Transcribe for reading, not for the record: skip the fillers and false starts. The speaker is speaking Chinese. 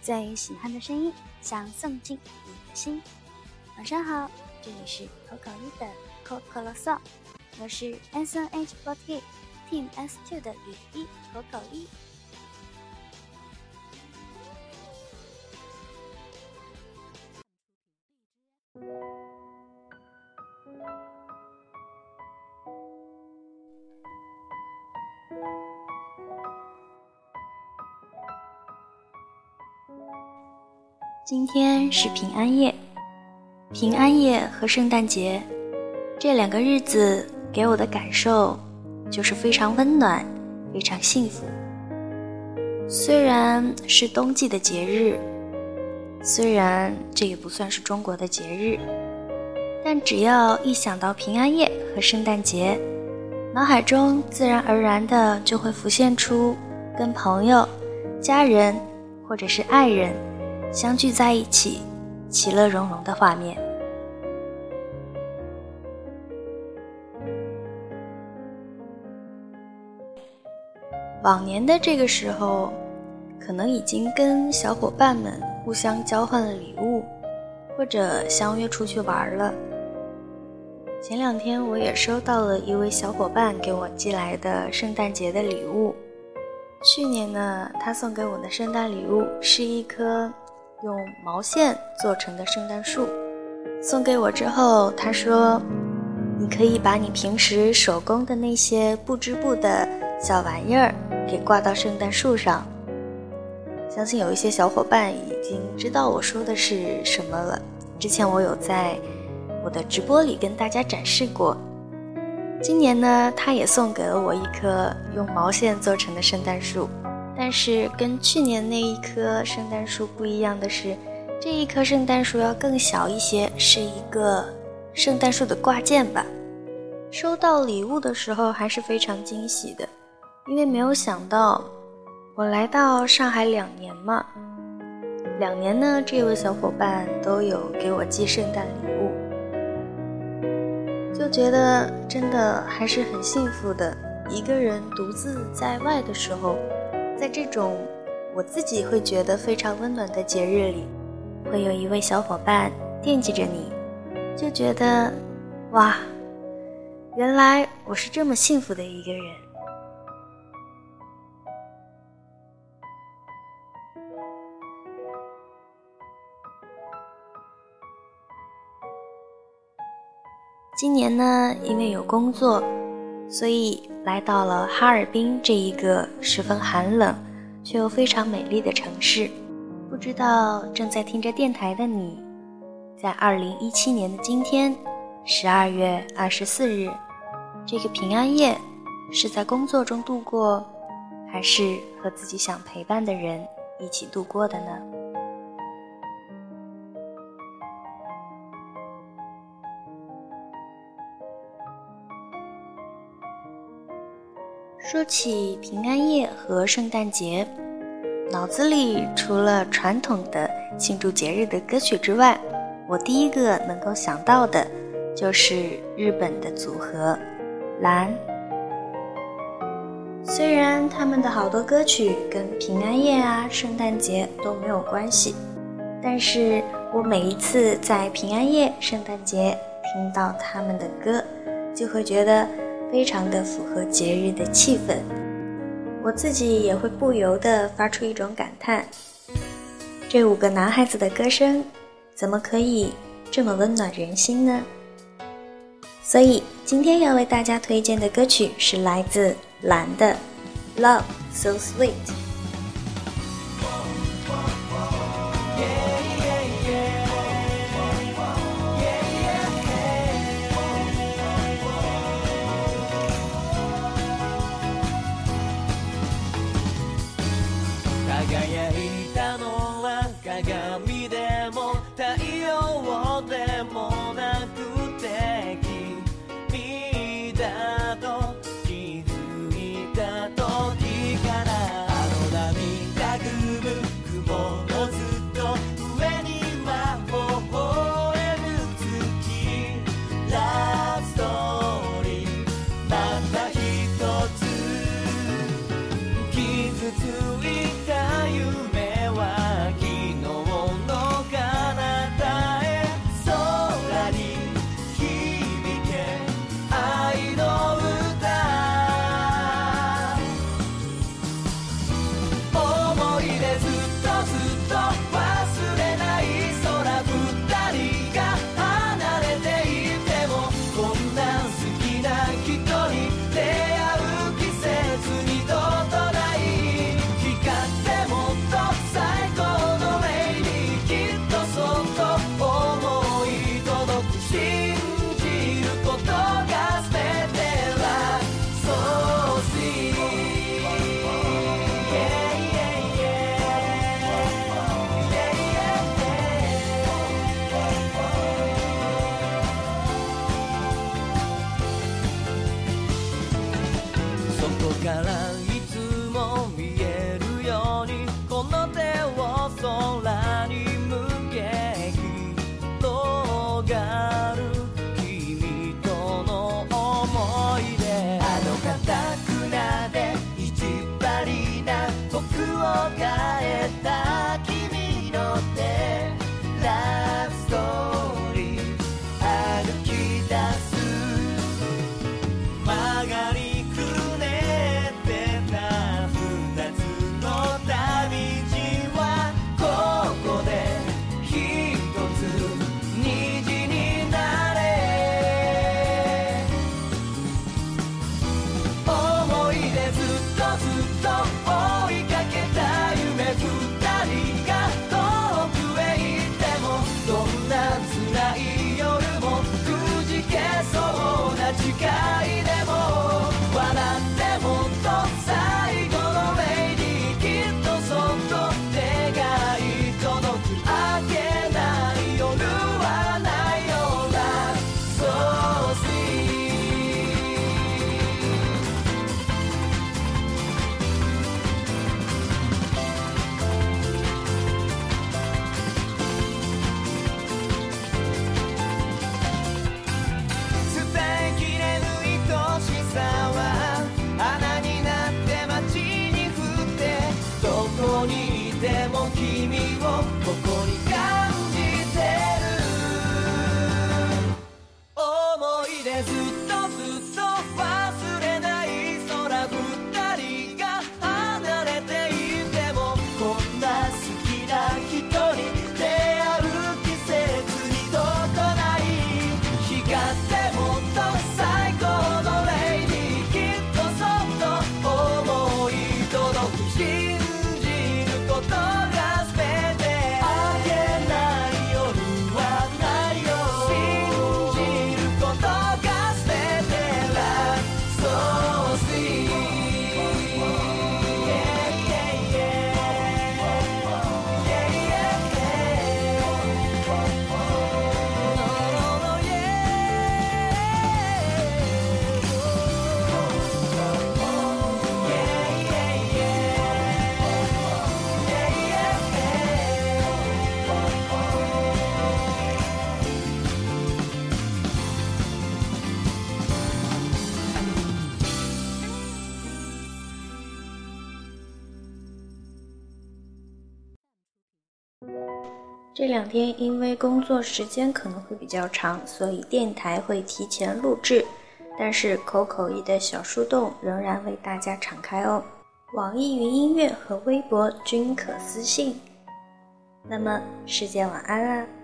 最喜欢的声音，想送进你的心。晚上好，这里是口口一的口口啰嗦，我是 SNH48 Team S2 的雨一口口一。今天是平安夜，平安夜和圣诞节这两个日子给我的感受就是非常温暖，非常幸福。虽然是冬季的节日，虽然这也不算是中国的节日，但只要一想到平安夜和圣诞节，脑海中自然而然的就会浮现出跟朋友、家人或者是爱人相聚在一起，其乐融融的画面。往年的这个时候，可能已经跟小伙伴们互相交换了礼物，或者相约出去玩了。前两天我也收到了一位小伙伴给我寄来的圣诞节的礼物。去年呢，他送给我的圣诞礼物是一棵用毛线做成的圣诞树。送给我之后，他说你可以把你平时手工的那些布织布的小玩意儿给挂到圣诞树上。相信有一些小伙伴已经知道我说的是什么了，之前我有在我的直播里跟大家展示过。今年呢，他也送给了我一棵用毛线做成的圣诞树，但是跟去年那一棵圣诞树不一样的是，这一棵圣诞树要更小一些，是一个圣诞树的挂件吧。收到礼物的时候还是非常惊喜的，因为没有想到我来到上海2年嘛，2年呢，这位小伙伴都有给我寄圣诞礼物，就觉得真的还是很幸福的。一个人独自在外的时候，在这种我自己会觉得非常温暖的节日里，会有一位小伙伴惦记着你，就觉得哇，原来我是这么幸福的一个人。今年呢，因为有工作，所以来到了哈尔滨这一个十分寒冷却又非常美丽的城市。不知道正在听着电台的你，在2017年的今天12月24日这个平安夜，是在工作中度过，还是和自己想陪伴的人一起度过的呢？说起平安夜和圣诞节，脑子里除了传统的庆祝节日的歌曲之外，我第一个能够想到的就是日本的组合蓝。虽然他们的好多歌曲跟平安夜啊、圣诞节都没有关系，但是我每一次在平安夜、圣诞节听到他们的歌，就会觉得非常的符合节日的气氛。我自己也会不由得发出一种感叹，这5个男孩子的歌声怎么可以这么温暖人心呢？所以今天要为大家推荐的歌曲是来自蓝的 Love So Sweet。 輝いたのは鏡でも太陽でもなくて、君だと気づいた時から、あの涙ぐむ雲のずっと上には微笑む月、ラブストーリーまた一つ傷ついた夢は消这2天因为工作时间可能会比较长，所以电台会提前录制，但是口口一的小树洞仍然为大家敞开哦。网易云音乐和微博均可私信。那么世界晚安啦。